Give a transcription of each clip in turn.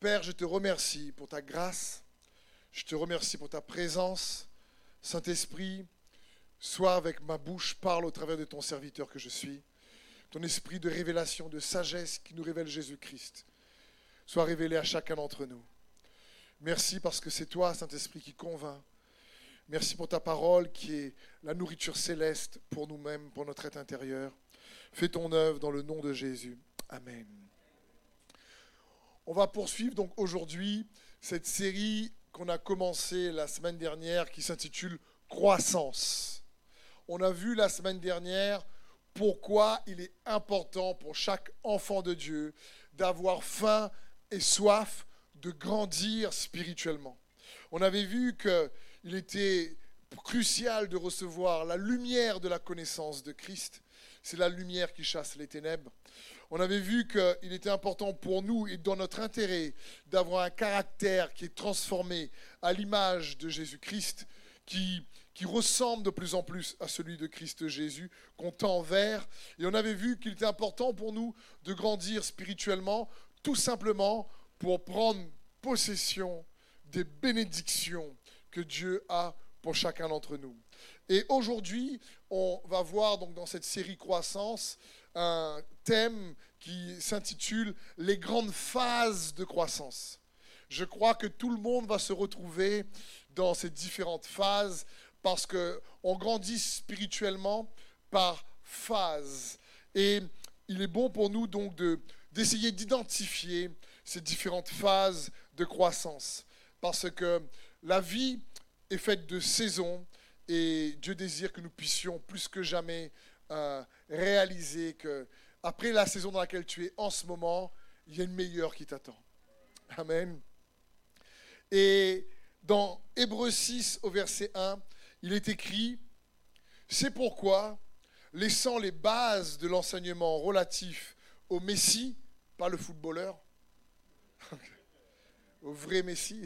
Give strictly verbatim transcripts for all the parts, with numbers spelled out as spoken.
Père, je te remercie pour ta grâce, je te remercie pour ta présence. Saint-Esprit, sois avec ma bouche, parle au travers de ton serviteur que je suis. Ton esprit de révélation, de sagesse qui nous révèle Jésus-Christ, soit révélé à chacun d'entre nous. Merci parce que c'est toi, Saint-Esprit, qui convainc. Merci pour ta parole qui est la nourriture céleste pour nous-mêmes, pour notre être intérieur. Fais ton œuvre dans le nom de Jésus. Amen. On va poursuivre donc aujourd'hui cette série qu'on a commencée la semaine dernière qui s'intitule « Croissance ». On a vu la semaine dernière pourquoi il est important pour chaque enfant de Dieu d'avoir faim et soif de grandir spirituellement. On avait vu qu'il était crucial de recevoir la lumière de la connaissance de Christ. C'est la lumière qui chasse les ténèbres. On avait vu qu'il était important pour nous et dans notre intérêt d'avoir un caractère qui est transformé à l'image de Jésus-Christ, qui, qui ressemble de plus en plus à celui de Christ Jésus, qu'on tend vers. Et on avait vu qu'il était important pour nous de grandir spirituellement, tout simplement pour prendre possession des bénédictions que Dieu a pour chacun d'entre nous. Et aujourd'hui, on va voir donc dans cette série Croissance un thème qui s'intitule « Les grandes phases de croissance ». Je crois que tout le monde va se retrouver dans ces différentes phases parce qu'on grandit spirituellement par phases. Et il est bon pour nous donc de, d'essayer d'identifier ces différentes phases de croissance. Parce que la vie est faite de saisons et Dieu désire que nous puissions plus que jamais euh, réaliser qu'après la saison dans laquelle tu es en ce moment, il y a une meilleure qui t'attend. Amen. Et dans Hébreux six au verset un, il est écrit « C'est pourquoi, laissant les bases de l'enseignement relatif au Messie, pas le footballeur, au vrai Messie,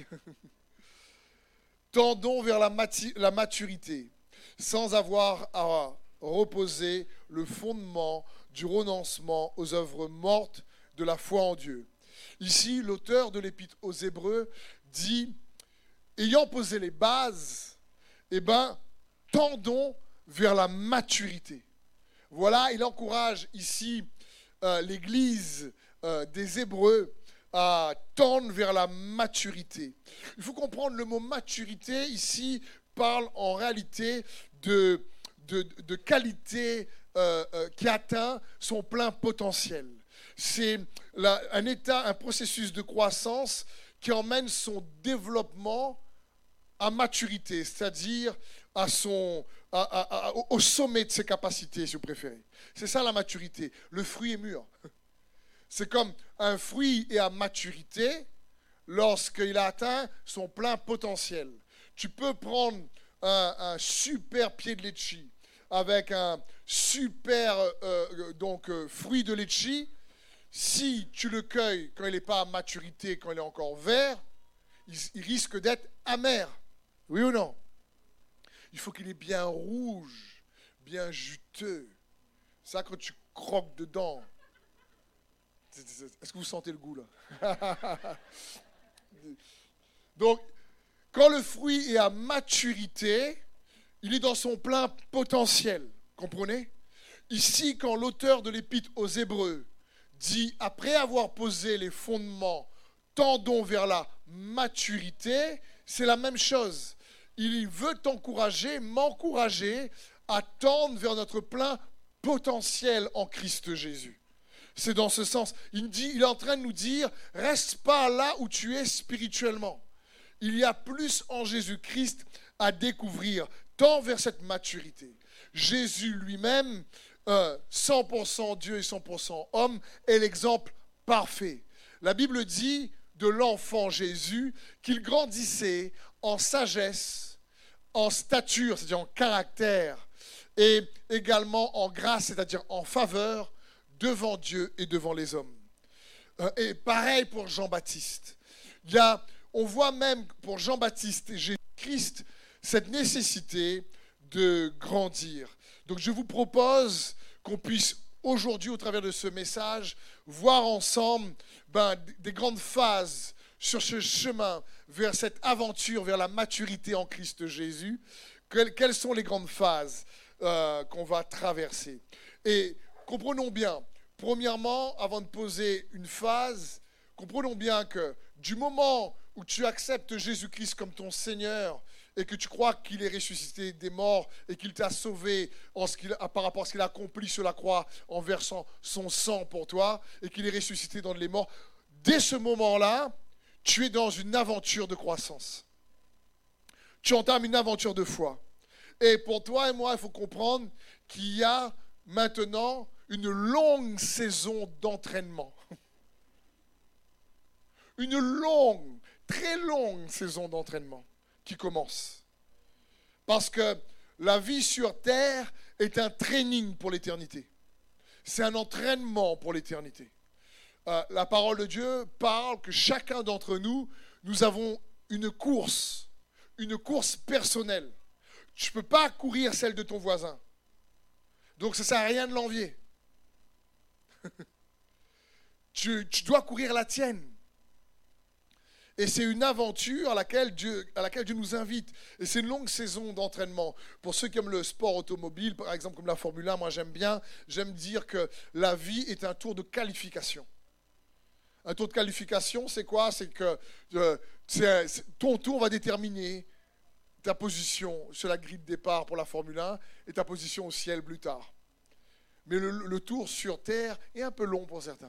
tendons vers la, mati- la maturité, sans avoir à reposer le fondement du renoncement aux œuvres mortes de la foi en Dieu. » Ici, l'auteur de l'Épître aux Hébreux dit, ayant posé les bases, eh ben, tendons vers la maturité. Voilà, il encourage ici euh, l'Église euh, des Hébreux à tendre vers la maturité. Il faut comprendre, le mot maturité ici parle en réalité de, de, de qualité euh, euh, qui atteint son plein potentiel. C'est la, un état, un processus de croissance qui emmène son développement à maturité, c'est-à-dire à son, à, à, à, au sommet de ses capacités, si vous préférez. C'est ça la maturité. Le fruit est mûr. C'est comme un fruit est à maturité lorsqu'il a atteint son plein potentiel. Tu peux prendre un, un super pied de litchi avec un super euh, donc, euh, fruit de litchi. Si tu le cueilles quand il n'est pas à maturité, quand il est encore vert, il, il risque d'être amer. Oui ou non? Il faut qu'il est bien rouge, bien juteux. Ça, quand tu croques dedans. Est-ce que vous sentez le goût là? Donc, quand le fruit est à maturité, il est dans son plein potentiel. Comprenez? Ici, quand l'auteur de l'Épître aux Hébreux dit, après avoir posé les fondements, tendons vers la maturité, c'est la même chose. Il veut t'encourager, m'encourager à tendre vers notre plein potentiel en Christ Jésus. C'est dans ce sens. Il, dit, il est en train de nous dire, reste pas là où tu es spirituellement. Il y a plus en Jésus-Christ à découvrir, tends vers cette maturité. Jésus lui-même, euh, cent pour cent Dieu et cent pour cent homme, est l'exemple parfait. La Bible dit de l'enfant Jésus qu'il grandissait en sagesse, en stature, c'est-à-dire en caractère, et également en grâce, c'est-à-dire en faveur, devant Dieu et devant les hommes. Et pareil pour Jean-Baptiste. Il y a, on voit même pour Jean-Baptiste et Jésus-Christ cette nécessité de grandir. Donc je vous propose qu'on puisse aujourd'hui, au travers de ce message, voir ensemble ben, des grandes phases sur ce chemin vers cette aventure, vers la maturité en Christ Jésus, quelles, quelles sont les grandes phases euh, qu'on va traverser. Et comprenons bien, premièrement, avant de poser une phase, comprenons bien que du moment où tu acceptes Jésus-Christ comme ton Seigneur et que tu crois qu'il est ressuscité des morts et qu'il t'a sauvé en ce qu'il, par rapport à ce qu'il a accompli sur la croix en versant son sang pour toi et qu'il est ressuscité dans les morts, dès ce moment-là, tu es dans une aventure de croissance. Tu entames une aventure de foi. Et pour toi et moi, il faut comprendre qu'il y a maintenant une longue saison d'entraînement. Une longue, très longue saison d'entraînement qui commence. Parce que la vie sur terre est un training pour l'éternité. C'est un entraînement pour l'éternité. Euh, la parole de Dieu parle que chacun d'entre nous, nous avons une course, une course personnelle. Tu ne peux pas courir celle de ton voisin. Donc ça ne sert à rien de l'envier. tu, tu dois courir la tienne. Et c'est une aventure à laquelle, Dieu, à laquelle Dieu nous invite. Et c'est une longue saison d'entraînement. Pour ceux qui aiment le sport automobile, par exemple comme la Formule un, moi j'aime bien, j'aime dire que la vie est un tour de qualification. Un tour de qualification, c'est quoi? C'est que euh, c'est, c'est, ton tour va déterminer ta position sur la grille de départ pour la Formule un et ta position au ciel plus tard. Mais le, le tour sur Terre est un peu long pour certains.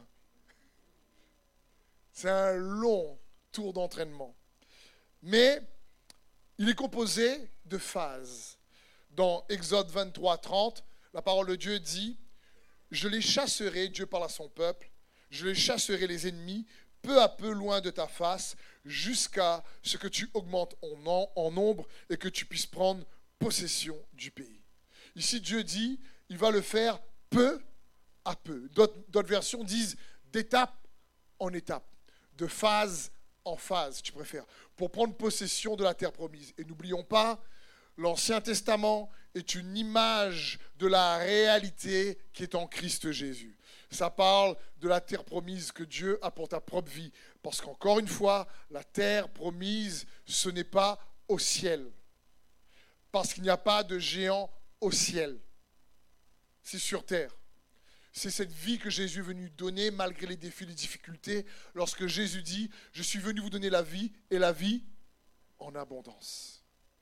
C'est un long tour d'entraînement. Mais il est composé de phases. Dans Exode vingt-trois, trente, la parole de Dieu dit « Je les chasserai, Dieu parle à son peuple, je les chasserai les ennemis, peu à peu loin de ta face, jusqu'à ce que tu augmentes en, en nombre et que tu puisses prendre possession du pays. » Ici, Dieu dit, il va le faire peu à peu. D'autres, d'autres versions disent d'étape en étape, de phase en phase, tu préfères, pour prendre possession de la terre promise. Et n'oublions pas, l'Ancien Testament est une image de la réalité qui est en Christ Jésus. Ça parle de la terre promise que Dieu a pour ta propre vie. Parce qu'encore une fois, la terre promise, ce n'est pas au ciel. Parce qu'il n'y a pas de géant au ciel. C'est sur terre. C'est cette vie que Jésus est venu donner malgré les défis, les difficultés. Lorsque Jésus dit, je suis venu vous donner la vie et la vie en abondance.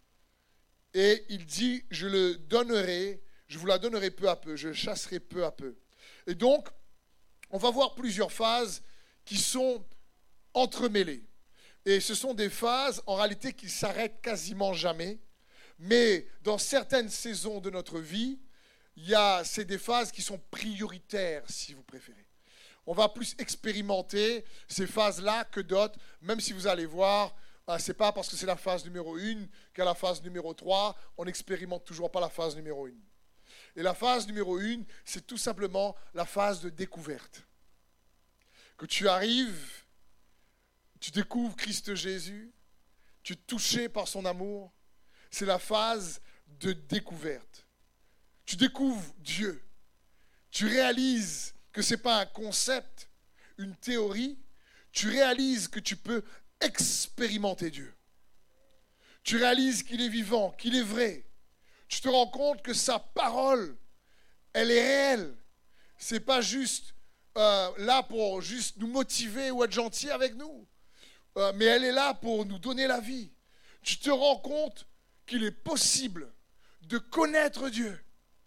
Et il dit, je le donnerai, je vous la donnerai peu à peu, je le chasserai peu à peu. Et donc, on va voir plusieurs phases qui sont entremêlées. Et ce sont des phases, en réalité, qui s'arrêtent quasiment jamais. Mais dans certaines saisons de notre vie, il y a, c'est des phases qui sont prioritaires, si vous préférez. On va plus expérimenter ces phases-là que d'autres, même si vous allez voir, ce n'est pas parce que c'est la phase numéro un qu'à la phase numéro trois, on n'expérimente toujours pas la phase numéro un. Et la phase numéro un, c'est tout simplement la phase de découverte. Que tu arrives, tu découvres Christ Jésus, tu es touché par son amour, c'est la phase de découverte. Tu découvres Dieu. Tu réalises que ce n'est pas un concept, une théorie. Tu réalises que tu peux expérimenter Dieu. Tu réalises qu'il est vivant, qu'il est vrai. Tu te rends compte que sa parole, elle est réelle. Ce n'est pas juste euh, là pour juste nous motiver ou être gentil avec nous. Euh, mais elle est là pour nous donner la vie. Tu te rends compte qu'il est possible de connaître Dieu.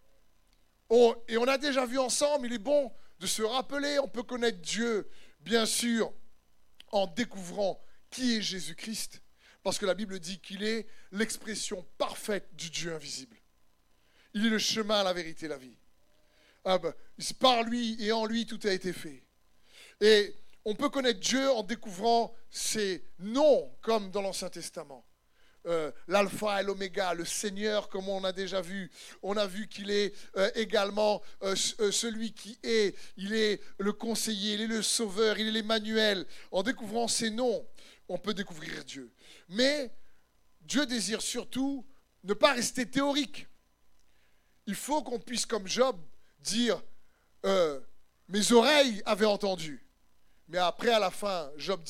Oh, et on a déjà vu ensemble, il est bon de se rappeler, on peut connaître Dieu, bien sûr, en découvrant qui est Jésus-Christ, parce que la Bible dit qu'il est l'expression parfaite du Dieu invisible. Il est le chemin, la vérité, la vie. Ah ben, par lui et en lui, tout a été fait. Et on peut connaître Dieu en découvrant ses noms, comme dans l'Ancien Testament. Euh, l'alpha et l'oméga, le Seigneur, comme on a déjà vu. On a vu qu'il est euh, également euh, celui qui est, il est le conseiller, il est le sauveur, il est l'Emmanuel. En découvrant ces noms, on peut découvrir Dieu. Mais Dieu désire surtout ne pas rester théorique. Il faut qu'on puisse, comme Job, dire euh, « Mes oreilles avaient entendu ». Mais après, à la fin, Job dit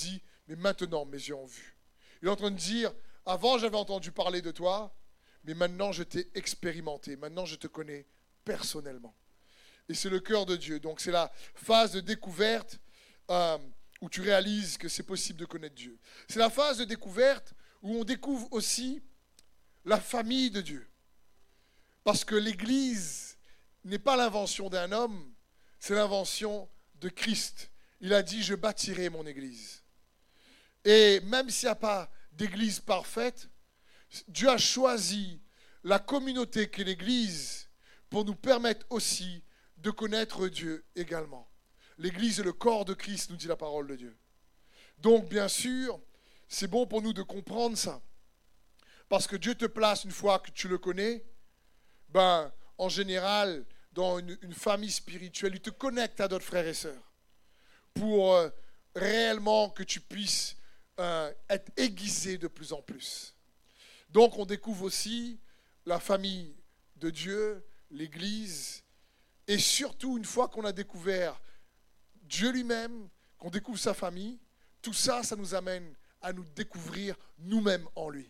mais maintenant mes yeux ont vu. Il est en train de dire, avant j'avais entendu parler de toi, mais maintenant je t'ai expérimenté, maintenant je te connais personnellement. Et c'est le cœur de Dieu. Donc c'est la phase de découverte euh, où tu réalises que c'est possible de connaître Dieu. C'est la phase de découverte où on découvre aussi la famille de Dieu. Parce que l'Église n'est pas l'invention d'un homme, c'est l'invention de Christ. Il a dit, je bâtirai mon Église. Et même s'il n'y a pas d'Église parfaite, Dieu a choisi la communauté qu'est l'Église pour nous permettre aussi de connaître Dieu également. L'Église est le corps de Christ, nous dit la parole de Dieu. Donc, bien sûr, c'est bon pour nous de comprendre ça. Parce que Dieu te place une fois que tu le connais, ben, en général, dans une, une famille spirituelle, il te connecte à d'autres frères et sœurs pour euh, réellement que tu puisses euh, être aiguisé de plus en plus. Donc, on découvre aussi la famille de Dieu, l'Église, et surtout, une fois qu'on a découvert Dieu lui-même, qu'on découvre sa famille, tout ça, ça nous amène à nous découvrir nous-mêmes en lui.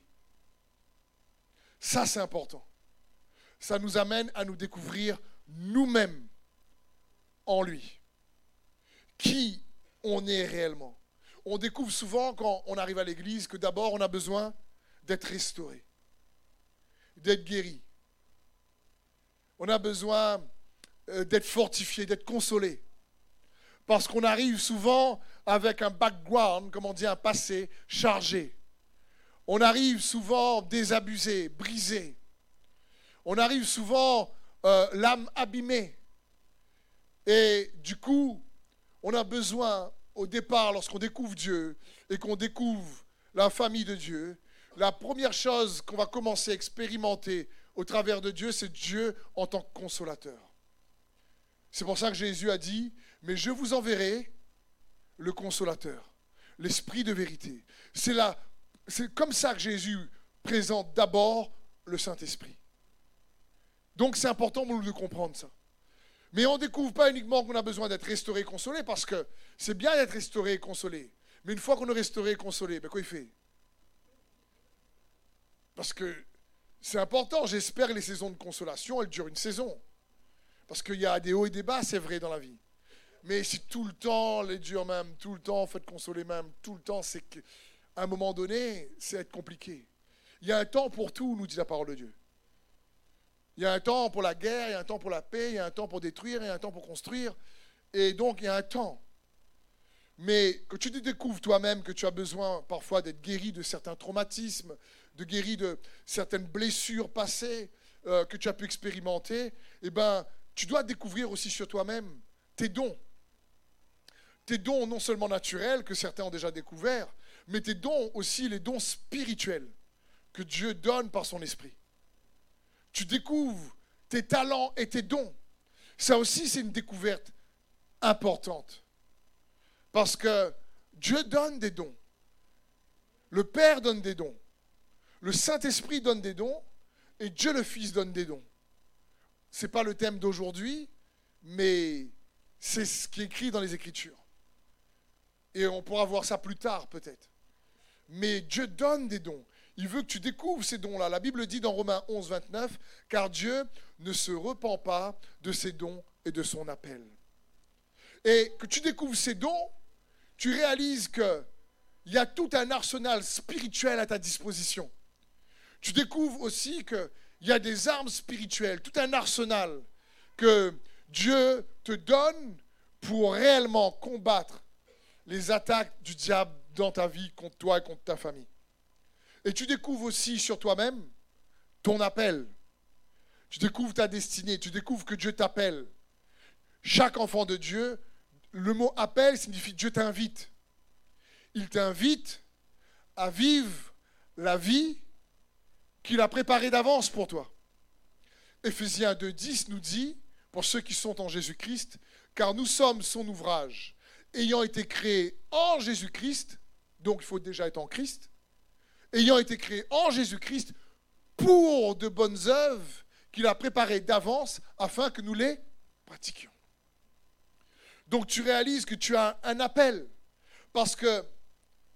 Ça, c'est important. Ça nous amène à nous découvrir nous-mêmes en lui. Qui on est réellement. On découvre souvent, quand on arrive à l'église, que d'abord, on a besoin d'être restauré, d'être guéri. On a besoin d'être fortifié, d'être consolé. Parce qu'on arrive souvent avec un background, comme on dit, un passé chargé. On arrive souvent désabusé, brisé. On arrive souvent euh, l'âme abîmée. Et du coup, on a besoin, au départ, lorsqu'on découvre Dieu et qu'on découvre la famille de Dieu, la première chose qu'on va commencer à expérimenter au travers de Dieu, c'est Dieu en tant que consolateur. C'est pour ça que Jésus a dit, mais je vous enverrai le consolateur, l'esprit de vérité. C'est là, c'est comme ça que Jésus présente d'abord le Saint-Esprit. Donc c'est important pour nous de comprendre ça. Mais on ne découvre pas uniquement qu'on a besoin d'être restauré et consolé, parce que c'est bien d'être restauré et consolé. Mais une fois qu'on est restauré et consolé, ben quoi il fait? Parce que c'est important, j'espère que les saisons de consolation, elles durent une saison. Parce qu'il y a des hauts et des bas, c'est vrai dans la vie. Mais si tout le temps, les durs même, tout le temps, faites consoler même, tout le temps, c'est qu'à un moment donné, c'est être compliqué. Il y a un temps pour tout, nous dit la parole de Dieu. Il y a un temps pour la guerre, il y a un temps pour la paix, il y a un temps pour détruire, il y a un temps pour construire. Et donc, il y a un temps. Mais que tu te découvres toi-même que tu as besoin parfois d'être guéri de certains traumatismes, de guéri de certaines blessures passées euh, que tu as pu expérimenter, eh bien, tu dois découvrir aussi sur toi-même tes dons. Tes dons non seulement naturels, que certains ont déjà découverts, mais tes dons aussi, les dons spirituels que Dieu donne par son esprit. Tu découvres tes talents et tes dons. Ça aussi, c'est une découverte importante. Parce que Dieu donne des dons. Le Père donne des dons. Le Saint-Esprit donne des dons. Et Dieu le Fils donne des dons. Ce n'est pas le thème d'aujourd'hui, mais c'est ce qui est écrit dans les Écritures. Et on pourra voir ça plus tard peut-être. Mais Dieu donne des dons. Il veut que tu découvres ces dons-là. La Bible dit dans Romains onze, vingt-neuf, « Car Dieu ne se repent pas de ses dons et de son appel. » Et que tu découvres ces dons, tu réalises qu'il y a tout un arsenal spirituel à ta disposition. Tu découvres aussi qu'il y a des armes spirituelles, tout un arsenal que Dieu te donne pour réellement combattre les attaques du diable dans ta vie, contre toi et contre ta famille. Et tu découvres aussi sur toi-même ton appel. Tu découvres ta destinée, tu découvres que Dieu t'appelle. Chaque enfant de Dieu, le mot « appel » signifie Dieu t'invite. Il t'invite à vivre la vie qu'il a préparée d'avance pour toi. Éphésiens deux, dix nous dit, pour ceux qui sont en Jésus-Christ, « Car nous sommes son ouvrage, ayant été créés en Jésus-Christ », donc il faut déjà être en Christ, ayant été créés en Jésus-Christ pour de bonnes œuvres qu'il a préparées d'avance afin que nous les pratiquions. Donc tu réalises que tu as un appel parce que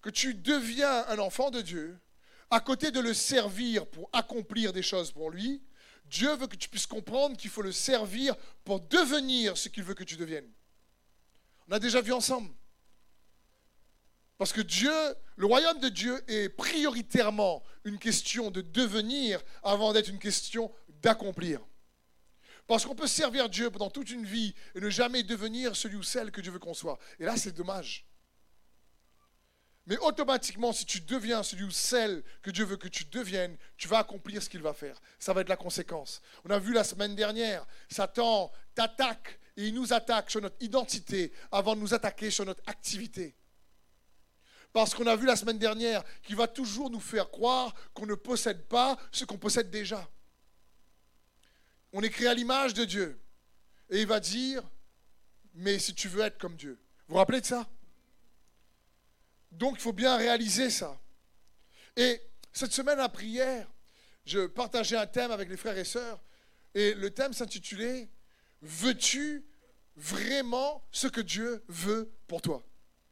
que tu deviens un enfant de Dieu, à côté de le servir pour accomplir des choses pour lui, Dieu veut que tu puisses comprendre qu'il faut le servir pour devenir ce qu'il veut que tu deviennes. On a déjà vu ensemble. Parce que Dieu, le royaume de Dieu est prioritairement une question de devenir avant d'être une question d'accomplir. Parce qu'on peut servir Dieu pendant toute une vie et ne jamais devenir celui ou celle que Dieu veut qu'on soit. Et là, c'est dommage. Mais automatiquement, si tu deviens celui ou celle que Dieu veut que tu deviennes, tu vas accomplir ce qu'il va faire. Ça va être la conséquence. On a vu la semaine dernière, Satan t'attaque et il nous attaque sur notre identité avant de nous attaquer sur notre activité. Parce qu'on a vu la semaine dernière qu'il va toujours nous faire croire qu'on ne possède pas ce qu'on possède déjà. On est créé à l'image de Dieu. Et il va dire, mais si tu veux être comme Dieu. Vous vous rappelez de ça ? Donc, il faut bien réaliser ça. Et cette semaine à prière, je partageais un thème avec les frères et sœurs. Et le thème s'intitulait « Veux-tu vraiment ce que Dieu veut pour toi ?»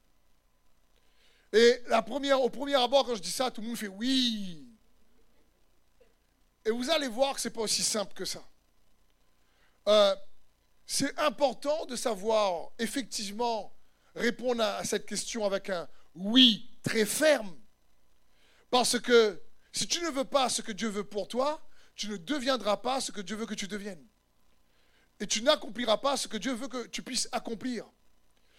Et la première, au premier abord, quand je dis ça, tout le monde fait « Oui ». Et vous allez voir que ce n'est pas aussi simple que ça. Euh, c'est important de savoir effectivement répondre à, à cette question avec un oui très ferme. Parce que si tu ne veux pas ce que Dieu veut pour toi, tu ne deviendras pas ce que Dieu veut que tu deviennes. Et tu n'accompliras pas ce que Dieu veut que tu puisses accomplir. Pourquoi ?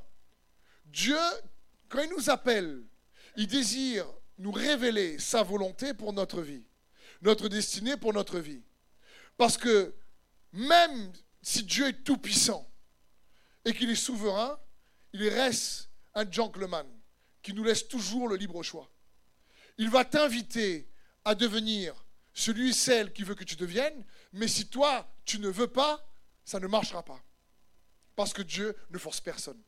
Dieu, quand il nous appelle, il désire nous révéler sa volonté pour notre vie, notre destinée pour notre vie. Parce que même si Dieu est tout-puissant et qu'il est souverain, il reste un gentleman qui nous laisse toujours le libre choix. Il va t'inviter à devenir celui et celle qui veut que tu deviennes, mais si toi, tu ne veux pas, ça ne marchera pas. Parce que Dieu ne force personne.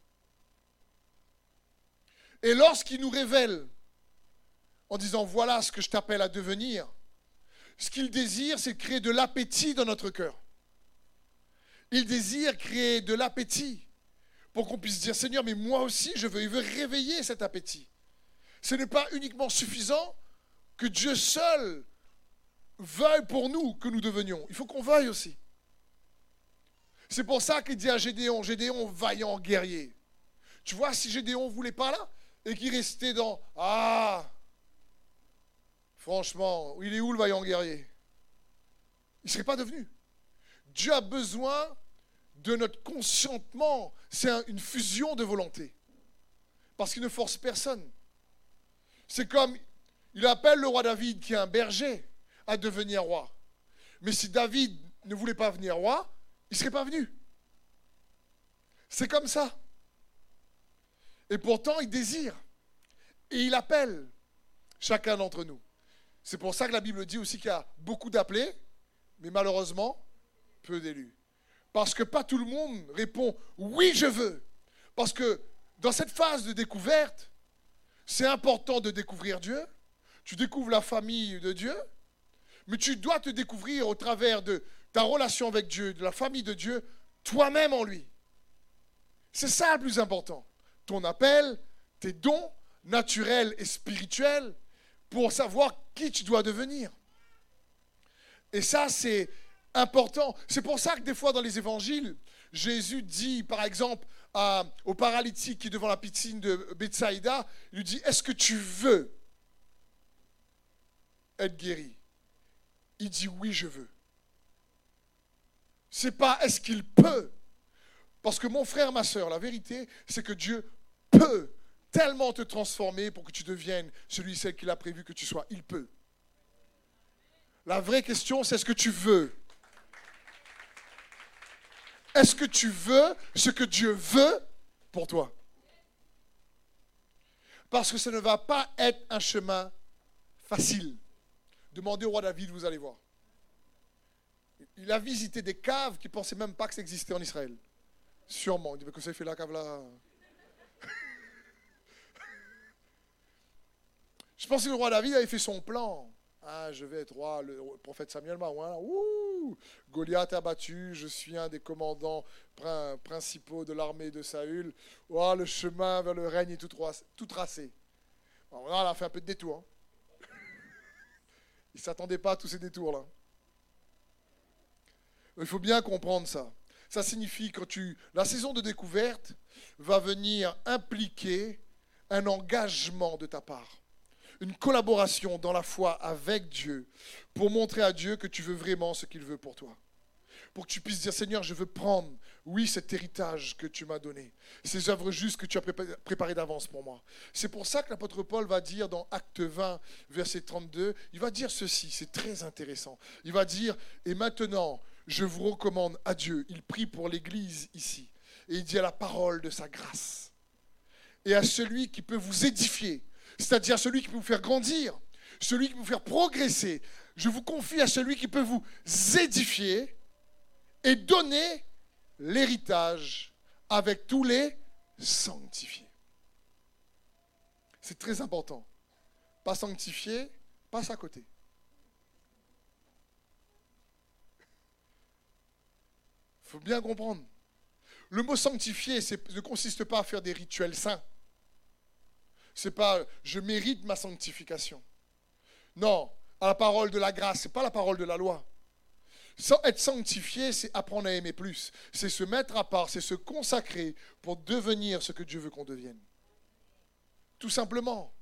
Et lorsqu'il nous révèle, en disant, voilà ce que je t'appelle à devenir, ce qu'il désire, c'est créer de l'appétit dans notre cœur. Il désire créer de l'appétit pour qu'on puisse dire, Seigneur, mais moi aussi, je veux. Il veut réveiller cet appétit. Ce n'est pas uniquement suffisant que Dieu seul veuille pour nous que nous devenions. Il faut qu'on veuille aussi. C'est pour ça qu'il dit à Gédéon, Gédéon, vaillant guerrier. Tu vois, si Gédéon ne voulait pas là, et qu'il restait dans, ah, franchement, il est où le vaillant guerrier ? Il ne serait pas devenu. Dieu a besoin de notre consentement. C'est un, une fusion de volonté. Parce qu'il ne force personne. C'est comme, il appelle le roi David, qui est un berger, à devenir roi. Mais si David ne voulait pas venir roi, il ne serait pas venu. C'est comme ça. Et pourtant, il désire. Et il appelle chacun d'entre nous. C'est pour ça que la Bible dit aussi qu'il y a beaucoup d'appelés, mais malheureusement, peu d'élus. Parce que pas tout le monde répond « oui, je veux ». Parce que dans cette phase de découverte, c'est important de découvrir Dieu. Tu découvres la famille de Dieu, mais tu dois te découvrir au travers de ta relation avec Dieu, de la famille de Dieu, toi-même en lui. C'est ça le plus important. Ton appel, tes dons naturels et spirituels pour savoir qui tu dois devenir. Et ça, c'est important. C'est pour ça que des fois dans les évangiles, Jésus dit, par exemple, à, au paralytique qui est devant la piscine de Bethsaïda, il lui dit, est-ce que tu veux être guéri ? Il dit, oui, je veux. C'est pas, est-ce qu'il peut ? Parce que mon frère, ma soeur, la vérité, c'est que Dieu peut tellement te transformer pour que tu deviennes celui, celle qu'il a prévu que tu sois. Il peut. La vraie question, c'est est-ce que tu veux ? Est-ce que tu veux ce que Dieu veut pour toi ? Parce que ça ne va pas être un chemin facile. Demandez au roi David, vous allez voir. Il a visité des caves qu'il ne pensait même pas que ça existait en Israël. Sûrement. Il dit, mais que ça fait la cave là ? Je pense que le roi David avait fait son plan. Ah, je vais être roi, le prophète Samuel m'a ouh, Ouh, Goliath abattu, je suis un des commandants prin- principaux de l'armée de Saül. Oh, le chemin vers le règne est tout, tracé. Tout tracé. Alors là, on a fait un peu de détour. Hein. Il ne s'attendait pas à tous ces détours-là. Il faut bien comprendre ça. Ça signifie que tu, la saison de découverte va venir impliquer un engagement de ta part. Une collaboration dans la foi avec Dieu pour montrer à Dieu que tu veux vraiment ce qu'il veut pour toi. Pour que tu puisses dire, Seigneur, je veux prendre, oui, cet héritage que tu m'as donné, ces œuvres justes que tu as préparées d'avance pour moi. C'est pour ça que l'apôtre Paul va dire dans Acte vingt, verset trente-deux, il va dire ceci, c'est très intéressant. Il va dire, et maintenant, je vous recommande à Dieu, il prie pour l'Église ici, et il dit à la parole de sa grâce, et à celui qui peut vous édifier, c'est-à-dire celui qui peut vous faire grandir, celui qui peut vous faire progresser. Je vous confie à celui qui peut vous édifier et donner l'héritage avec tous les sanctifiés. C'est très important. Pas sanctifié, passe à côté. Il faut bien comprendre. Le mot sanctifié c'est, ne consiste pas à faire des rituels saints. C'est pas je mérite ma sanctification. Non, à la parole de la grâce, c'est pas la parole de la loi. Sans être sanctifié, c'est apprendre à aimer plus. C'est se mettre à part, c'est se consacrer pour devenir ce que Dieu veut qu'on devienne. Tout simplement.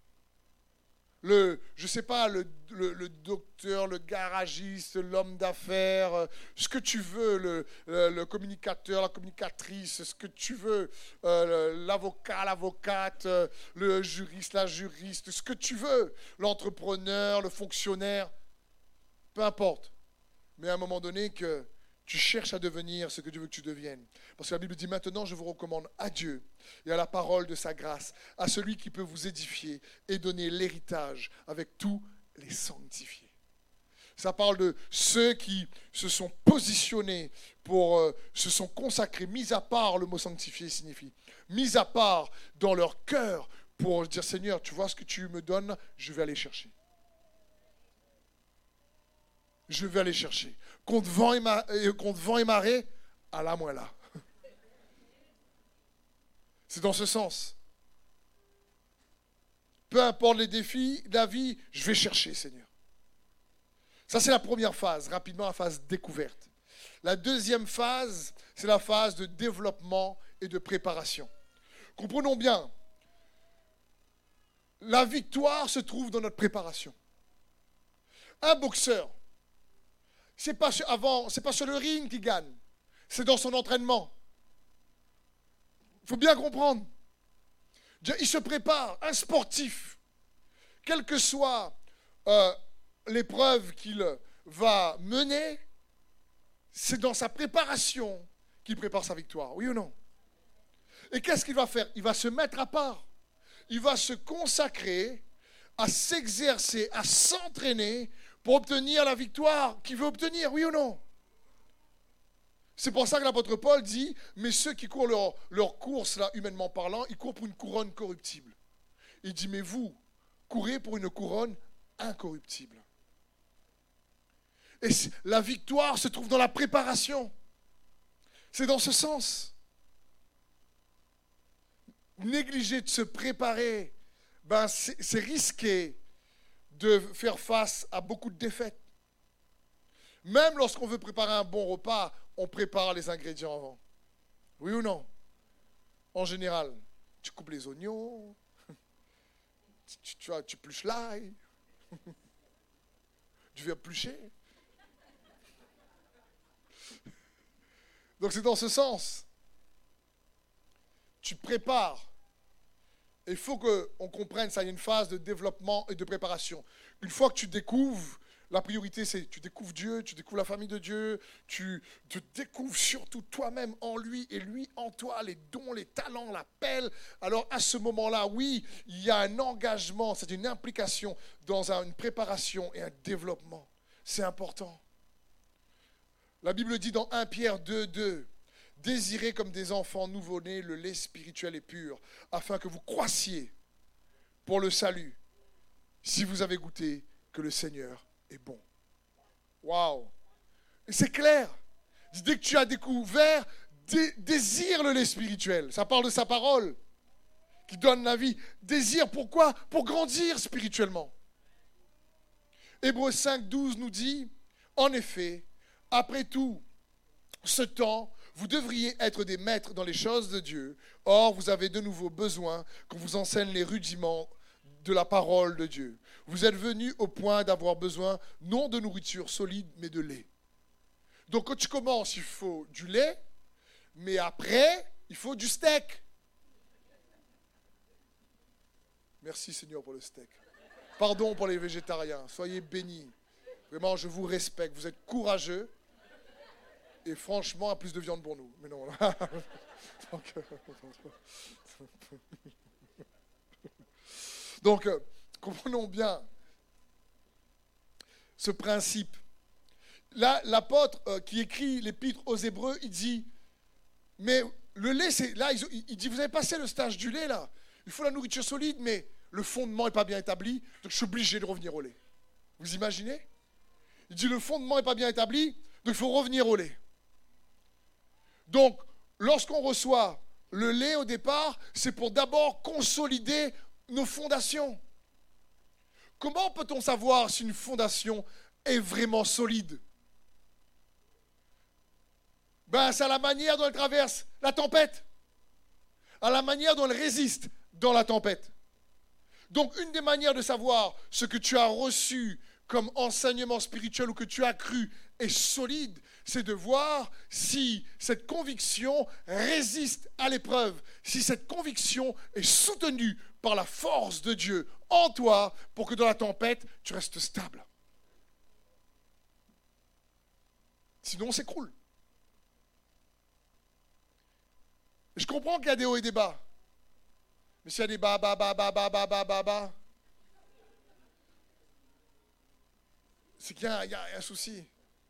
Le, je sais pas, le, le, le docteur, le garagiste, l'homme d'affaires, euh, ce que tu veux, le, le, le communicateur, la communicatrice, ce que tu veux, euh, l'avocat, l'avocate, euh, le juriste, la juriste, ce que tu veux, l'entrepreneur, le fonctionnaire, peu importe. Mais à un moment donné, que tu cherches à devenir ce que Dieu veut que tu deviennes. Parce que la Bible dit, maintenant je vous recommande à Dieu et à la parole de sa grâce, à celui qui peut vous édifier et donner l'héritage avec tous les sanctifiés. Ça parle de ceux qui se sont positionnés, pour, euh, se sont consacrés, mis à part, le mot sanctifié signifie, mis à part dans leur cœur pour dire, Seigneur, tu vois ce que tu me donnes, je vais aller chercher. Je vais aller chercher. Contre vent et, ma... contre vent et marée, à la moi là. C'est dans ce sens. Peu importe les défis de la vie, je vais chercher, Seigneur. Ça, c'est la première phase, rapidement la phase découverte. La deuxième phase, c'est la phase de développement et de préparation. Comprenons bien, la victoire se trouve dans notre préparation. Un boxeur, c'est pas sur, avant, c'est pas sur le ring qu'il gagne, c'est dans son entraînement. Il faut bien comprendre. Il se prépare, un sportif, quelle que soit euh, l'épreuve qu'il va mener, c'est dans sa préparation qu'il prépare sa victoire, oui ou non? Et qu'est-ce qu'il va faire? Il va se mettre à part. Il va se consacrer à s'exercer, à s'entraîner pour obtenir la victoire qu'il veut obtenir, oui ou non? C'est pour ça que l'apôtre Paul dit, mais ceux qui courent leur, leur course, là, humainement parlant, ils courent pour une couronne corruptible. Il dit, mais vous, courez pour une couronne incorruptible. Et la victoire se trouve dans la préparation. C'est dans ce sens. Négliger de se préparer, ben c'est, c'est risqué de faire face à beaucoup de défaites. Même lorsqu'on veut préparer un bon repas, on prépare les ingrédients avant. Oui ou non? En général, tu coupes les oignons, tu, tu, tu épluches l'ail, tu viens éplucher. Donc c'est dans ce sens. Tu prépares. Il faut qu'on comprenne ça, il y a une phase de développement et de préparation. Une fois que tu découvres, la priorité c'est tu découvres Dieu, tu découvres la famille de Dieu, tu te découvres surtout toi-même en lui et lui en toi, les dons, les talents, l'appel. Alors à ce moment-là, oui, il y a un engagement, c'est une implication dans une préparation et un développement. C'est important. La Bible dit dans un Pierre deux, deux, désirez comme des enfants nouveau-nés le lait spirituel et pur, afin que vous croissiez pour le salut, si vous avez goûté que le Seigneur est bon. Waouh! Et c'est clair. Dès que tu as découvert, dé- désire le lait spirituel. Ça parle de sa parole qui donne la vie. Désire, pourquoi? Pour grandir spirituellement. Hébreux cinq, douze nous dit, en effet, après tout ce temps, vous devriez être des maîtres dans les choses de Dieu. Or, vous avez de nouveau besoin qu'on vous enseigne les rudiments de la parole de Dieu. Vous êtes venus au point d'avoir besoin non de nourriture solide, mais de lait. Donc, quand tu commences, il faut du lait, mais après, il faut du steak. Merci Seigneur pour le steak. Pardon pour les végétariens, soyez bénis. Vraiment, je vous respecte, vous êtes courageux. Et franchement, plus de viande pour nous. Mais non. Donc, Donc euh, comprenons bien ce principe. Là, l'apôtre euh, qui écrit l'épître aux Hébreux, il dit, mais le lait, c'est là, il, il dit, vous avez passé le stage du lait, là. Il faut la nourriture solide, mais le fondement n'est pas bien établi, donc je suis obligé de revenir au lait. Vous imaginez? Il dit, le fondement n'est pas bien établi, donc il faut revenir au lait. Donc, lorsqu'on reçoit le lait au départ, c'est pour d'abord consolider nos fondations. Comment peut-on savoir si une fondation est vraiment solide? Ben, c'est à la manière dont elle traverse la tempête, à la manière dont elle résiste dans la tempête. Donc, une des manières de savoir ce que tu as reçu comme enseignement spirituel ou que tu as cru est solide, c'est de voir si cette conviction résiste à l'épreuve, si cette conviction est soutenue par la force de Dieu en toi pour que dans la tempête, tu restes stable. Sinon, on s'écroule. Je comprends qu'il y a des hauts et des bas. Mais s'il y a des bas, bas, bas, bas, bas, bas, bas, bas, bas, c'est qu'il y a, il y a un souci.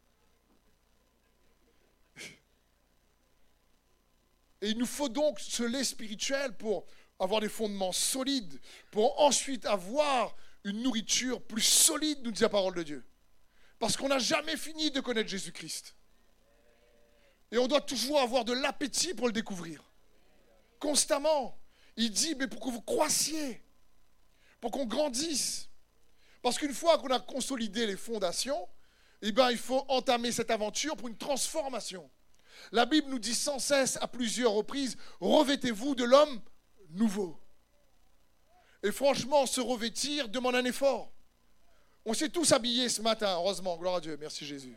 Et il nous faut donc ce lait spirituel pour avoir des fondements solides, pour ensuite avoir une nourriture plus solide, nous dit la parole de Dieu. Parce qu'on n'a jamais fini de connaître Jésus-Christ. Et on doit toujours avoir de l'appétit pour le découvrir. Constamment. Il dit, mais pour que vous croissiez, pour qu'on grandisse. Parce qu'une fois qu'on a consolidé les fondations, eh bien, il faut entamer cette aventure pour une transformation. La Bible nous dit sans cesse, à plusieurs reprises, revêtez-vous de l'homme nouveau. Et franchement, se revêtir demande un effort. On s'est tous habillés ce matin, heureusement, gloire à Dieu, merci Jésus.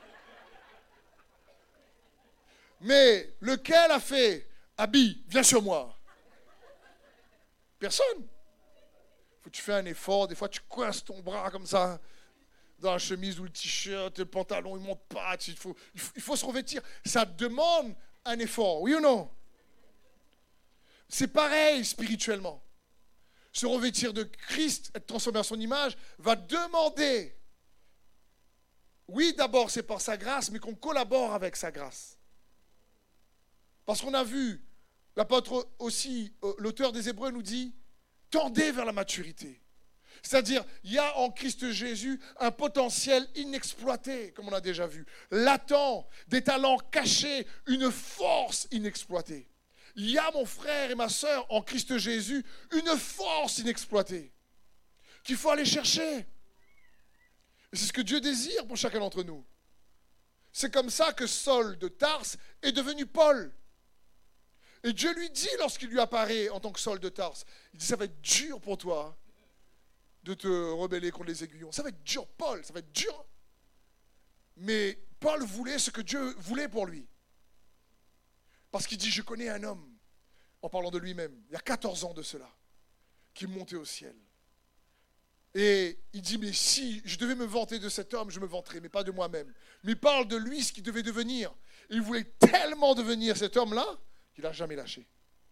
Mais lequel a fait, habille, viens sur moi? Personne. Faut que tu fais un effort, des fois tu coinces ton bras comme ça, dans la chemise ou le t-shirt, le pantalon, il ne monte pas, il faut, il faut, il faut se revêtir. Ça demande un effort, oui ou non? C'est pareil spirituellement. Se revêtir de Christ, être transformé à son image, va demander, oui d'abord c'est par sa grâce, mais qu'on collabore avec sa grâce. Parce qu'on a vu, l'apôtre aussi, l'auteur des Hébreux nous dit, tendez vers la maturité. C'est-à-dire, il y a en Christ Jésus un potentiel inexploité, comme on a déjà vu, latent, des talents cachés, une force inexploitée. Il y a, mon frère et ma sœur, en Christ Jésus, une force inexploitée qu'il faut aller chercher. Et c'est ce que Dieu désire pour chacun d'entre nous. C'est comme ça que Saul de Tarse est devenu Paul. Et Dieu lui dit, lorsqu'il lui apparaît en tant que Saul de Tarse, il dit, ça va être dur pour toi de te rebeller contre les aiguillons. Ça va être dur, Paul, ça va être dur. Mais Paul voulait ce que Dieu voulait pour lui. Parce qu'il dit, je connais un homme, en parlant de lui-même, il y a quatorze ans de cela, qui est monté au ciel. Et il dit, mais si je devais me vanter de cet homme, je me vanterais, mais pas de moi-même. Mais il parle de lui, ce qu'il devait devenir. Il voulait tellement devenir cet homme-là, qu'il n'a jamais lâché.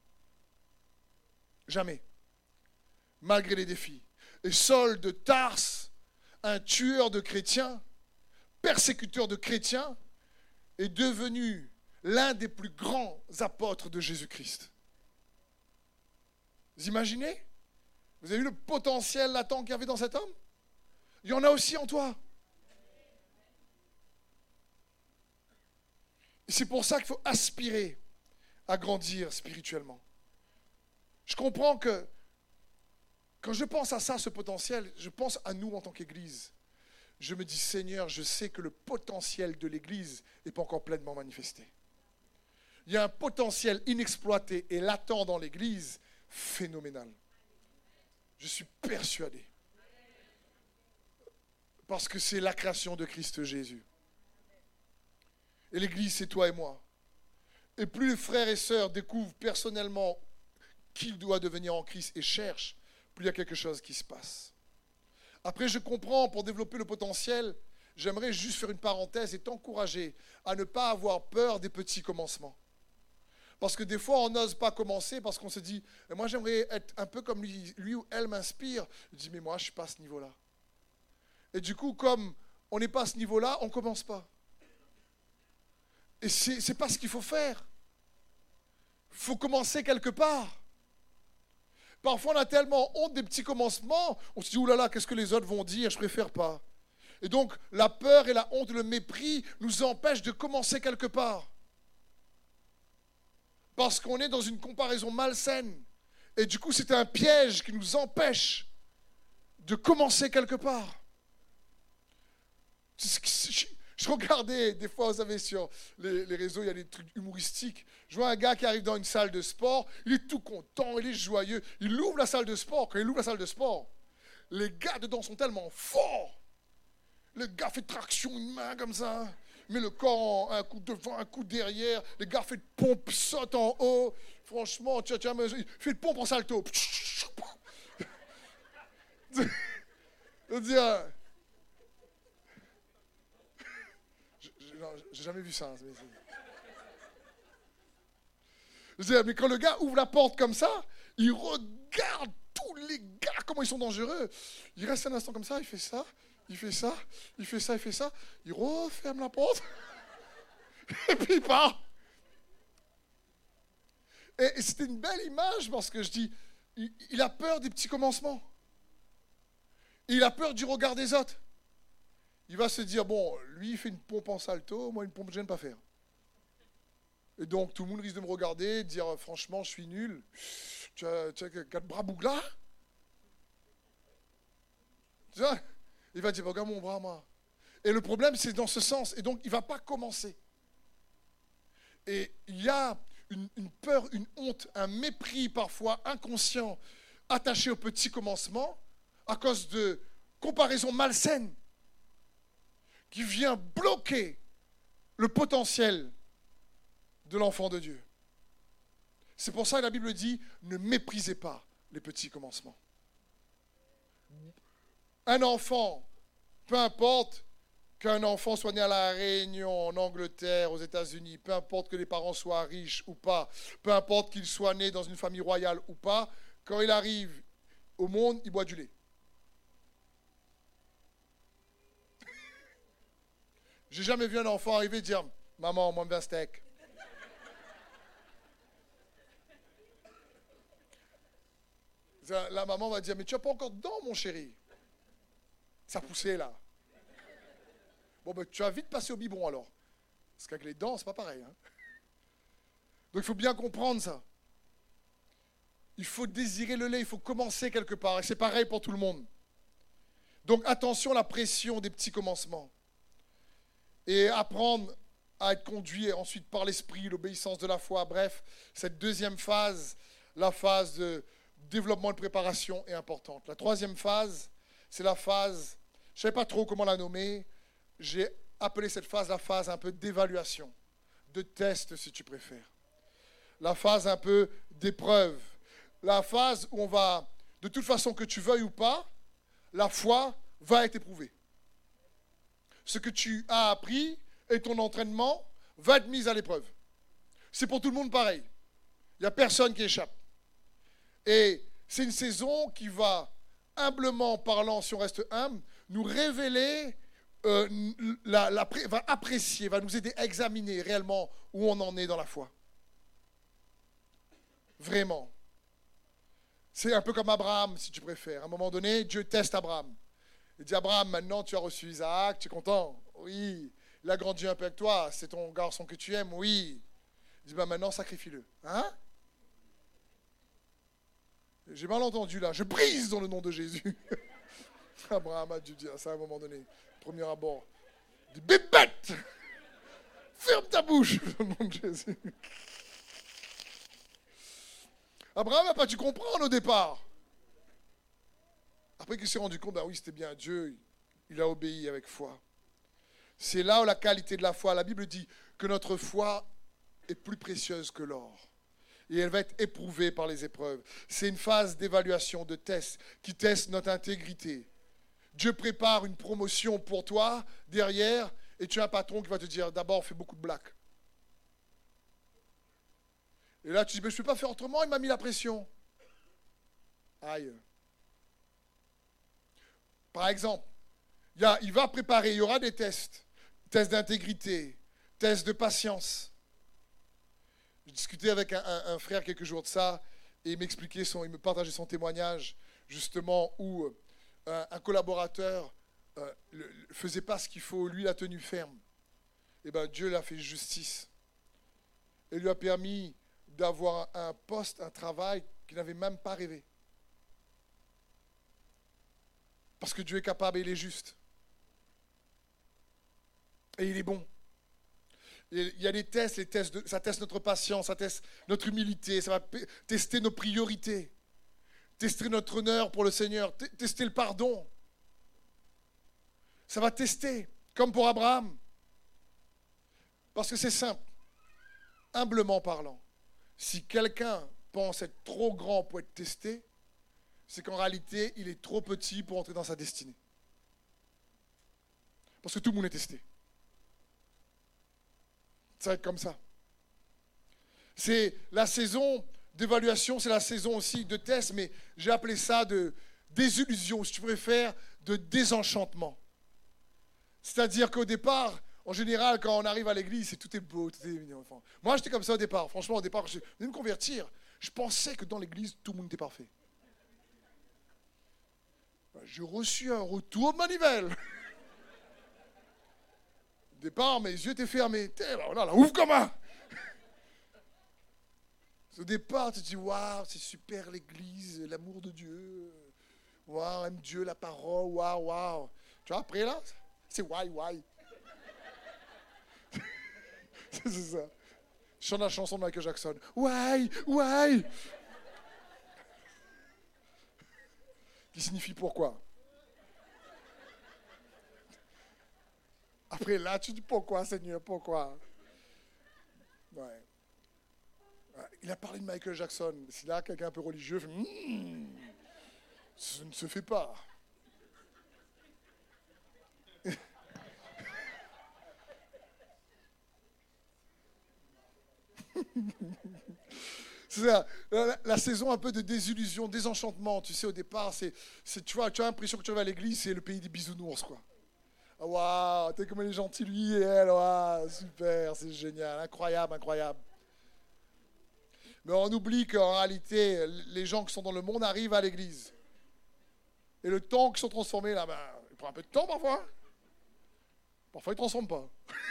Jamais. Malgré les défis. Et Saul de Tarse, un tueur de chrétiens, persécuteur de chrétiens, est devenu l'un des plus grands apôtres de Jésus-Christ. Vous imaginez? Vous avez vu le potentiel latent qu'il y avait dans cet homme? Il y en a aussi en toi. Et c'est pour ça qu'il faut aspirer à grandir spirituellement. Je comprends que quand je pense à ça, ce potentiel, je pense à nous en tant qu'Église. Je me dis, Seigneur, je sais que le potentiel de l'Église n'est pas encore pleinement manifesté. Il y a un potentiel inexploité et latent dans l'Église phénoménal. Je suis persuadé. Parce que c'est la création de Christ Jésus. Et l'Église, c'est toi et moi. Et plus les frères et sœurs découvrent personnellement qu'il doit devenir en Christ et cherchent, plus il y a quelque chose qui se passe. Après, je comprends, pour développer le potentiel, j'aimerais juste faire une parenthèse et t'encourager à ne pas avoir peur des petits commencements. Parce que des fois, on n'ose pas commencer parce qu'on se dit, moi j'aimerais être un peu comme lui, lui ou elle m'inspire. Je dis, mais moi je ne suis pas à ce niveau-là. Et du coup, comme on n'est pas à ce niveau-là, on ne commence pas. Et ce n'est pas ce qu'il faut faire. Il faut commencer quelque part. Parfois, on a tellement honte des petits commencements, on se dit, oulala, qu'est-ce que les autres vont dire, je préfère pas. Et donc, la peur et la honte, le mépris nous empêchent de commencer quelque part. Parce qu'on est dans une comparaison malsaine. Et du coup, c'est un piège qui nous empêche de commencer quelque part. Je regardais, des fois, vous savez, sur les, les réseaux, il y a des trucs humoristiques. Je vois un gars qui arrive dans une salle de sport, il est tout content, il est joyeux. Il ouvre la salle de sport. Quand il ouvre la salle de sport, les gars dedans sont tellement forts. Le gars fait traction, une main comme ça. Il met le corps en, un coup devant, un coup derrière. Le gars fait de pompe, saute en haut. Franchement, tu as il fait de pompe en salto. dire... J'ai jamais vu ça. Mais, je veux dire, mais quand le gars ouvre la porte comme ça, il regarde tous les gars, comment ils sont dangereux. Il reste un instant comme ça, il fait ça, il fait ça, il fait ça, il fait ça. Il referme la porte. Et puis il part. Et, et c'était une belle image parce que je dis, il, il a peur des petits commencements. Il a peur du regard des autres. Il va se dire, bon, lui, il fait une pompe en salto, moi, une pompe, je n'aime pas faire. Et donc, tout le monde risque de me regarder, de dire, franchement, je suis nul. Tu as, tu as quatre bras bouglas. Tu vois? Il va dire, regarde mon bras, moi. Et le problème, c'est dans ce sens. Et donc, il ne va pas commencer. Et il y a une, une peur, une honte, un mépris parfois inconscient attaché au petit commencement à cause de comparaisons malsaines qui vient bloquer le potentiel de l'enfant de Dieu. C'est pour ça que la Bible dit, ne méprisez pas les petits commencements. Un enfant, peu importe qu'un enfant soit né à La Réunion, en Angleterre, aux États-Unis, peu importe que les parents soient riches ou pas, peu importe qu'il soit né dans une famille royale ou pas, quand il arrive au monde, il boit du lait. J'ai jamais vu un enfant arriver et dire « Maman, moi, un steak. » La maman va dire « Mais tu n'as pas encore de dents, mon chéri. » Ça poussait, là. Bon, ben, tu vas vite passer au biberon, alors. Parce qu'avec les dents, c'est pas pareil. Hein. Donc, il faut bien comprendre ça. Il faut désirer le lait, il faut commencer quelque part. Et c'est pareil pour tout le monde. Donc, attention à la pression des petits commencements. Et apprendre à être conduit ensuite par l'esprit, l'obéissance de la foi. Bref, cette deuxième phase, la phase de développement et de préparation est importante. La troisième phase, c'est la phase, je ne savais pas trop comment la nommer, j'ai appelé cette phase la phase un peu d'évaluation, de test si tu préfères. La phase un peu d'épreuve. La phase où on va, de toute façon que tu veuilles ou pas, la foi va être éprouvée. Ce que tu as appris et ton entraînement va être mis à l'épreuve. C'est pour tout le monde pareil. Il n'y a personne qui échappe. Et c'est une saison qui va, humblement parlant, si on reste humble, nous révéler, euh, la, la, va apprécier, va nous aider à examiner réellement où on en est dans la foi. Vraiment. C'est un peu comme Abraham, si tu préfères. À un moment donné, Dieu teste Abraham. Il dit, Abraham, maintenant tu as reçu Isaac, tu es content? Oui. Il a grandi un peu avec toi, c'est ton garçon que tu aimes, oui. Il dit, bah maintenant, sacrifie-le. Hein? J'ai mal entendu là, je brise dans le nom de Jésus. Abraham a dû dire ça à un moment donné, premier abord. Il dit, bébête, ferme ta bouche dans le nom de Jésus. Abraham n'a pas dû comprendre au départ. Après qu'il s'est rendu compte, ben oui, c'était bien Dieu, il a obéi avec foi. C'est là où la qualité de la foi, la Bible dit que notre foi est plus précieuse que l'or. Et elle va être éprouvée par les épreuves. C'est une phase d'évaluation, de test, qui teste notre intégrité. Dieu prépare une promotion pour toi, derrière, et tu as un patron qui va te dire, d'abord, fais beaucoup de blagues. Et là, tu dis, mais je ne peux pas faire autrement, il m'a mis la pression. Aïe. Par exemple, il, y a, il va préparer, il y aura des tests. Tests d'intégrité, tests de patience. J'ai discuté avec un, un, un frère quelques jours de ça, et il m'expliquait, son, il me partageait son témoignage, justement, où euh, un collaborateur ne euh, faisait pas ce qu'il faut, lui, il a tenu ferme. Et bien, Dieu l'a fait justice. Et lui a permis d'avoir un poste, un travail qu'il n'avait même pas rêvé. Parce que Dieu est capable et il est juste. Et il est bon. Et il y a des tests, les tests de, ça teste notre patience, ça teste notre humilité, ça va p- tester nos priorités, tester notre honneur pour le Seigneur, t- tester le pardon. Ça va tester, comme pour Abraham. Parce que c'est simple, humblement parlant. Si quelqu'un pense être trop grand pour être testé, c'est qu'en réalité, il est trop petit pour entrer dans sa destinée. Parce que tout le monde est testé. Ça va être comme ça. C'est la saison d'évaluation, c'est la saison aussi de test, mais j'ai appelé ça de désillusion, si tu préfères, de désenchantement. C'est-à-dire qu'au départ, en général, quand on arrive à l'église, c'est tout est beau, tout est mignon. Enfin, moi, j'étais comme ça au départ. Franchement, au départ, je venais me convertir. Je pensais que dans l'église, tout le monde était parfait. J'ai reçu un retour de manivelle. Au départ, mes yeux étaient fermés. Voilà, là, ouvre comment? Au départ, tu te dis, waouh, c'est super l'église, l'amour de Dieu. Waouh, aime Dieu, la parole, waouh, waouh. Tu vois, après là, c'est why, why. C'est ça. Je chante la chanson de Michael Jackson. Why, why. Qui signifie pourquoi. Après là, tu dis pourquoi, Seigneur, pourquoi? Ouais. Ouais. Il a parlé de Michael Jackson. Si là, quelqu'un un peu religieux, fait, mmm, ça ne se fait pas. C'est ça, la, la saison un peu de désillusion, désenchantement. Tu sais, au départ, c'est, c'est, tu vois, tu as l'impression que tu vas à l'église, c'est le pays des bisounours, quoi. Waouh, t'es comme elle est gentille, lui et elle, waouh, super, c'est génial, incroyable, incroyable. Mais on oublie qu'en réalité, les gens qui sont dans le monde arrivent à l'église. Et le temps qu'ils sont transformés, là, ben, il prend un peu de temps parfois. Parfois, ils ne transforment pas.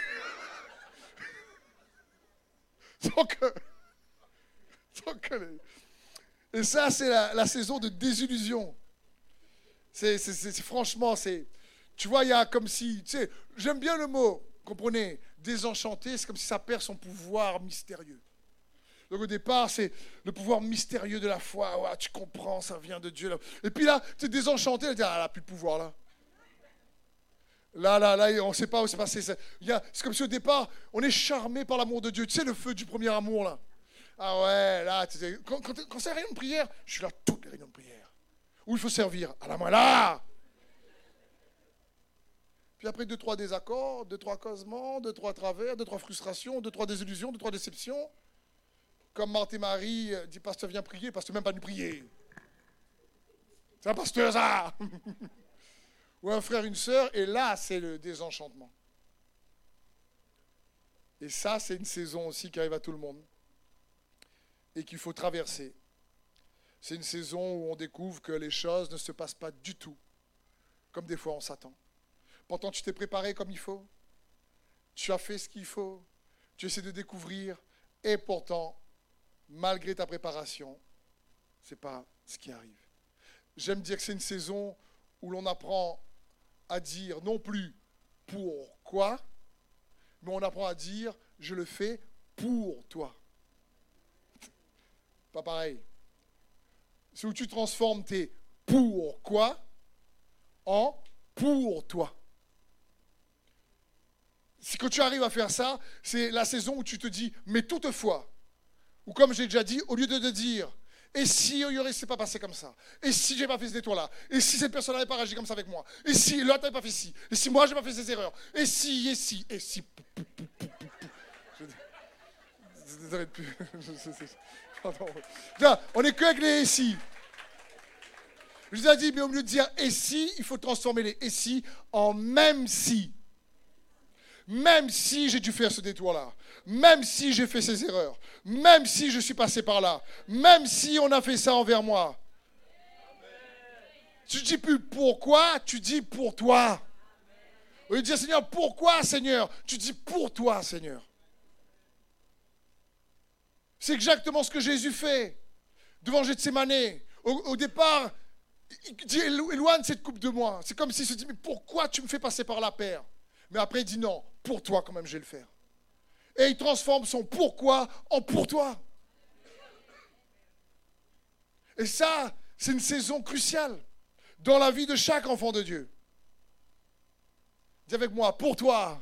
donc, donc, et ça, c'est la, la saison de désillusion. C'est, c'est, c'est, c'est franchement, c'est... Tu vois, il y a comme si, tu sais, j'aime bien le mot, comprenez, désenchanté, c'est comme si ça perd son pouvoir mystérieux. Donc au départ, c'est le pouvoir mystérieux de la foi. Ouais, tu comprends, ça vient de Dieu. Là. Et puis là, tu es désenchanté, tu dis, ah, elle n'a plus de pouvoir là. Là, là, là, on ne sait pas où c'est passé. C'est, il y a, c'est comme si au départ, on est charmé par l'amour de Dieu. Tu sais, le feu du premier amour là. Ah ouais, là, tu sais, quand, quand, quand c'est la réunion de prière, je suis là toutes les réunions de prière. Où il faut servir, à la main là. Puis après deux, trois désaccords, deux, trois causements, deux, trois travers, deux, trois frustrations, deux, trois désillusions, deux, trois déceptions. Comme Marthe et Marie dit, pasteur, viens prier, pasteur, même pas nous prier. C'est un pasteur, ça. Ou un frère, une sœur, et là, c'est le désenchantement. Et ça, c'est une saison aussi qui arrive à tout le monde et qu'il faut traverser. C'est une saison où on découvre que les choses ne se passent pas du tout comme des fois on s'attend. Pourtant, tu t'es préparé comme il faut. tu as fait ce qu'il faut, tu essaies de découvrir, et pourtant, malgré ta préparation, ce n'est pas ce qui arrive. J'aime dire que c'est une saison où l'on apprend à dire non plus pourquoi, mais on apprend à dire je le fais pour toi. Pas pareil. C'est où tu transformes tes pourquoi en pour toi. Si quand tu arrives à faire ça, c'est la saison où tu te dis mais toutefois, ou comme j'ai déjà dit, au lieu de te dire et si il ne s'est pas passé comme ça, et si je n'ai pas fait ce détour-là, et si cette personne n'avait pas réagi comme ça avec moi, et si l'autre n'avait pas fait ci, et si moi je n'ai pas fait ces erreurs, et si, et si, et si. J'arrête plus. On n'est que avec les et si. Je vous ai dit, mais au lieu de dire et si, il faut transformer les et si en même si. Même si j'ai dû faire ce détour-là, même si j'ai fait ces erreurs, même si je suis passé par là, même si on a fait ça envers moi. Tu ne dis plus pourquoi, tu dis pour toi. Au lieu de dire Seigneur, pourquoi Seigneur, tu dis pour toi Seigneur. C'est exactement ce que Jésus fait devant Gethsémanée. Au, au départ, il dit éloigne cette coupe de moi. C'est comme s'il se dit mais pourquoi tu me fais passer par là, Père? Mais après il dit non, pour toi quand même je vais le faire. Et il transforme son pourquoi en pour toi. Et ça, c'est une saison cruciale dans la vie de chaque enfant de Dieu. Dis avec moi, pour toi.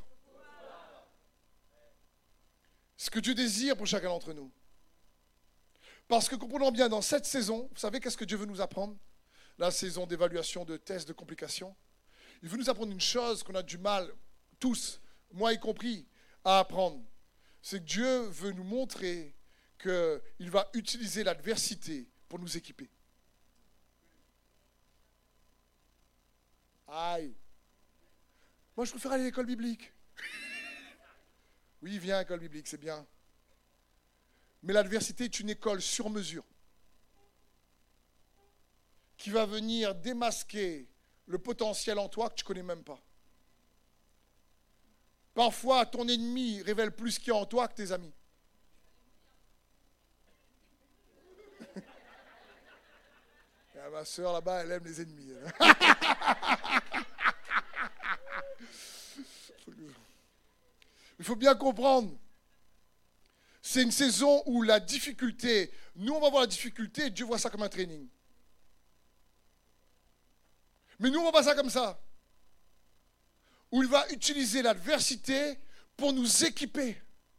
Ce que Dieu désire pour chacun d'entre nous. Parce que comprenons bien, dans cette saison, vous savez qu'est-ce que Dieu veut nous apprendre? La saison d'évaluation, de tests, de complications. Il veut nous apprendre une chose qu'on a du mal, tous, moi y compris, à apprendre. C'est que Dieu veut nous montrer qu'il va utiliser l'adversité pour nous équiper. Aïe. Moi, je préfère aller à l'école biblique. Oui, viens à l'école biblique, c'est bien. Mais l'adversité est une école sur mesure qui va venir démasquer le potentiel en toi que tu ne connais même pas. Parfois, ton ennemi révèle plus ce qu'il y a en toi que tes amis. Et ma soeur là-bas, elle aime les ennemis. Il faut bien comprendre. C'est une saison où la difficulté, nous on va voir la difficulté et Dieu voit ça comme un training. Mais nous on ne voit pas ça comme ça. Où il va utiliser l'adversité pour nous équiper.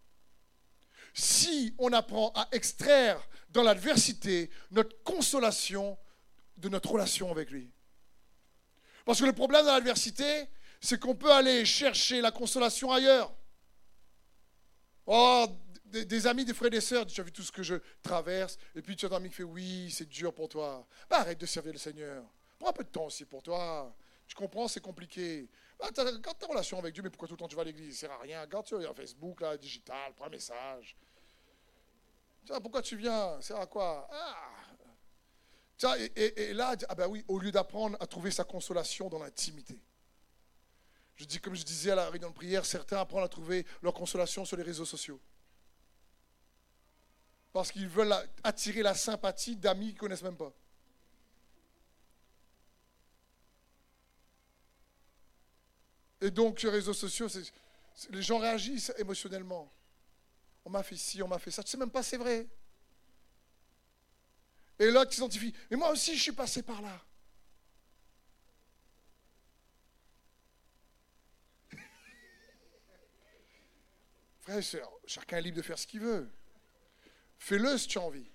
Si on apprend à extraire dans l'adversité notre consolation de notre relation avec lui. Parce que le problème de l'adversité, c'est qu'on peut aller chercher la consolation ailleurs. Oh, des, des amis, des frères et des sœurs, tu as vu tout ce que je traverse, et puis tu as un ami qui fait oui, c'est dur pour toi. Bah, arrête de servir le Seigneur. Prends un peu de temps aussi pour toi. Tu comprends, c'est compliqué. Bah, garde ta relation avec Dieu, mais pourquoi tout le temps tu vas à l'église? Ça ne sert à rien. Garde sur Facebook, là, digital, prends un message. Tu vois, pourquoi tu viens? Ça sert à quoi? Ah. Tu vois, et, et, et là, ah ben oui, au lieu d'apprendre à trouver sa consolation dans l'intimité. Je dis, comme je disais à la réunion de prière, certains apprennent à trouver leur consolation sur les réseaux sociaux. Parce qu'ils veulent attirer la sympathie d'amis qu'ils ne connaissent même pas. Et donc, sur les réseaux sociaux, c'est, c'est, les gens réagissent émotionnellement. On m'a fait ci, on m'a fait ça. Tu ne sais même pas, c'est vrai. Et l'autre qui s'identifie. Mais moi aussi, je suis passé par là. Frères et sœurs, chacun est libre de faire ce qu'il veut. Fais-le si tu as envie.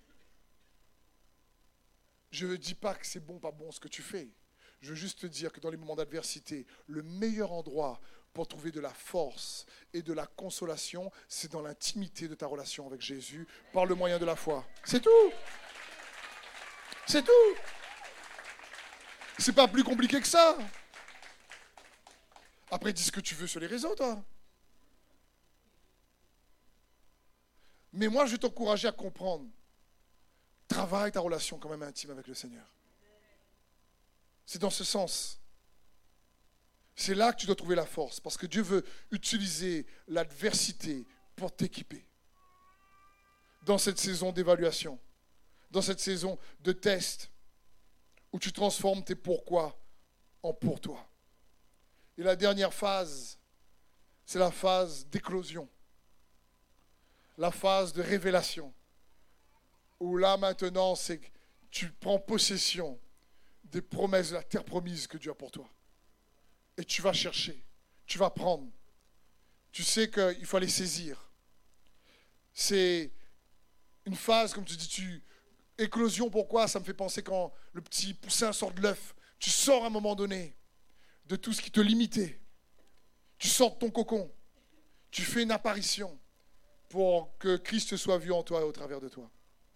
Je ne dis pas que c'est bon, pas bon ce que tu fais. Je veux juste te dire que dans les moments d'adversité, le meilleur endroit pour trouver de la force et de la consolation, c'est dans l'intimité de ta relation avec Jésus, par le moyen de la foi. C'est tout. C'est tout. C'est pas plus compliqué que ça. Après, dis ce que tu veux sur les réseaux, toi. Mais moi, je vais t'encourager à comprendre. Travaille ta relation quand même intime avec le Seigneur. C'est dans ce sens. C'est là que tu dois trouver la force, parce que Dieu veut utiliser l'adversité pour t'équiper. Dans cette saison d'évaluation, dans cette saison de test, où tu transformes tes pourquoi en pour toi. Et la dernière phase, c'est la phase d'éclosion, la phase de révélation, où là maintenant, c'est que tu prends possession des promesses de la terre promise que Dieu a pour toi. Et tu vas chercher, tu vas prendre. Tu sais qu'il faut aller saisir. C'est une phase, comme tu dis, tu... éclosion, pourquoi? Ça me fait penser quand le petit poussin sort de l'œuf. Tu sors à un moment donné de tout ce qui te limitait. Tu sors de ton cocon. Tu fais une apparition pour que Christ soit vu en toi et au travers de toi.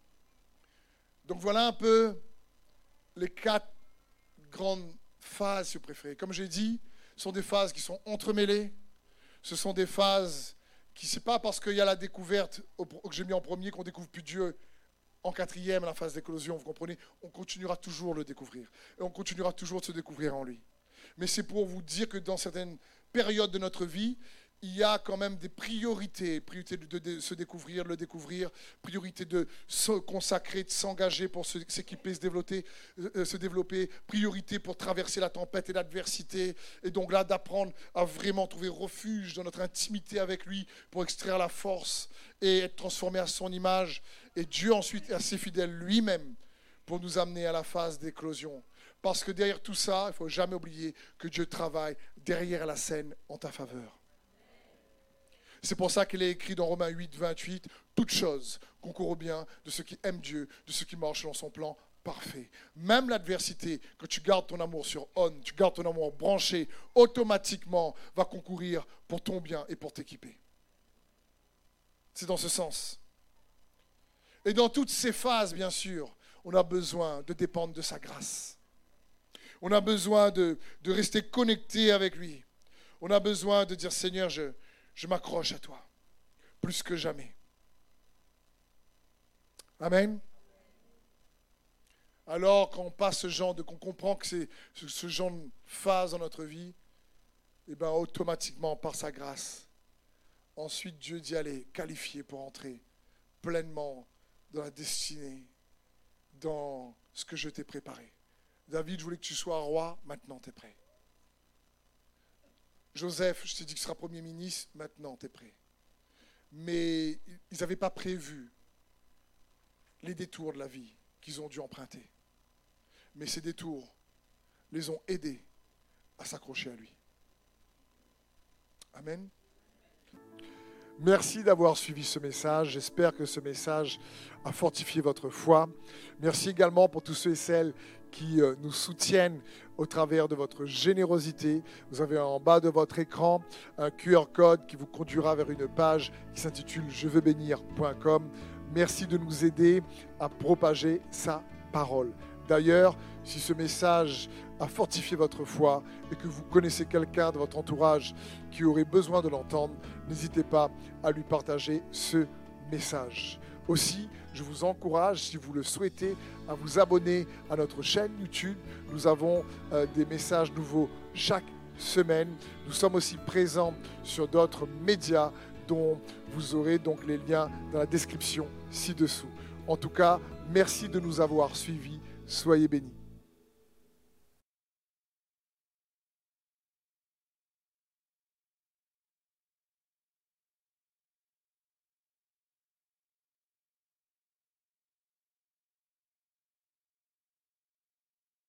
Donc voilà un peu les quatre grandes phases, si vous préférez. Comme j'ai dit, ce sont des phases qui sont entremêlées. Ce sont des phases qui, c'est pas parce qu'il y a la découverte que j'ai mis en premier qu'on découvre plus Dieu en quatrième, la phase d'éclosion, vous comprenez? On continuera toujours le découvrir. Et on continuera toujours de se découvrir en lui. Mais c'est pour vous dire que dans certaines périodes de notre vie, il y a quand même des priorités. Priorité de, de, de se découvrir, le découvrir. Priorité de se consacrer, de s'engager pour se, s'équiper, se développer, euh, se développer. Priorité pour traverser la tempête et l'adversité. Et donc là, d'apprendre à vraiment trouver refuge dans notre intimité avec lui pour extraire la force et être transformé à son image. Et Dieu ensuite est assez fidèle lui-même pour nous amener à la phase d'éclosion. Parce que derrière tout ça, il ne faut jamais oublier que Dieu travaille derrière la scène en ta faveur. C'est pour ça qu'il est écrit dans Romains huit, vingt-huit, « Toutes choses concourent au bien de ceux qui aiment Dieu, de ceux qui marchent dans son plan parfait. » Même l'adversité, que tu gardes ton amour sur on, tu gardes ton amour branché, automatiquement va concourir pour ton bien et pour t'équiper. C'est dans ce sens. Et dans toutes ces phases, bien sûr, on a besoin de dépendre de sa grâce. On a besoin de, de rester connecté avec lui. On a besoin de dire, Seigneur, je, je m'accroche à toi, plus que jamais. Amen. Alors, quand on passe ce genre de, qu'on comprend que c'est ce, ce genre de phase dans notre vie, et bien automatiquement, par sa grâce, ensuite Dieu dit, allez, qualifié pour entrer pleinement dans la destinée, dans ce que je t'ai préparé. David, je voulais que tu sois roi, maintenant tu es prêt. Joseph, je t'ai dit que tu seras premier ministre, maintenant tu es prêt. Mais ils n'avaient pas prévu les détours de la vie qu'ils ont dû emprunter. Mais ces détours les ont aidés à s'accrocher à lui. Amen. Merci d'avoir suivi ce message. J'espère que ce message a fortifié votre foi. Merci également pour tous ceux et celles qui nous soutiennent au travers de votre générosité. Vous avez en bas de votre écran un Q R code qui vous conduira vers une page qui s'intitule je veux bénir point com. Merci de nous aider à propager sa parole. D'ailleurs, si ce message a fortifié votre foi et que vous connaissez quelqu'un de votre entourage qui aurait besoin de l'entendre, n'hésitez pas à lui partager ce message. Aussi, je vous encourage, si vous le souhaitez, à vous abonner à notre chaîne YouTube. Nous avons euh, des messages nouveaux chaque semaine. Nous sommes aussi présents sur d'autres médias dont vous aurez donc les liens dans la description ci-dessous. En tout cas, merci de nous avoir suivis. Soyez bénis.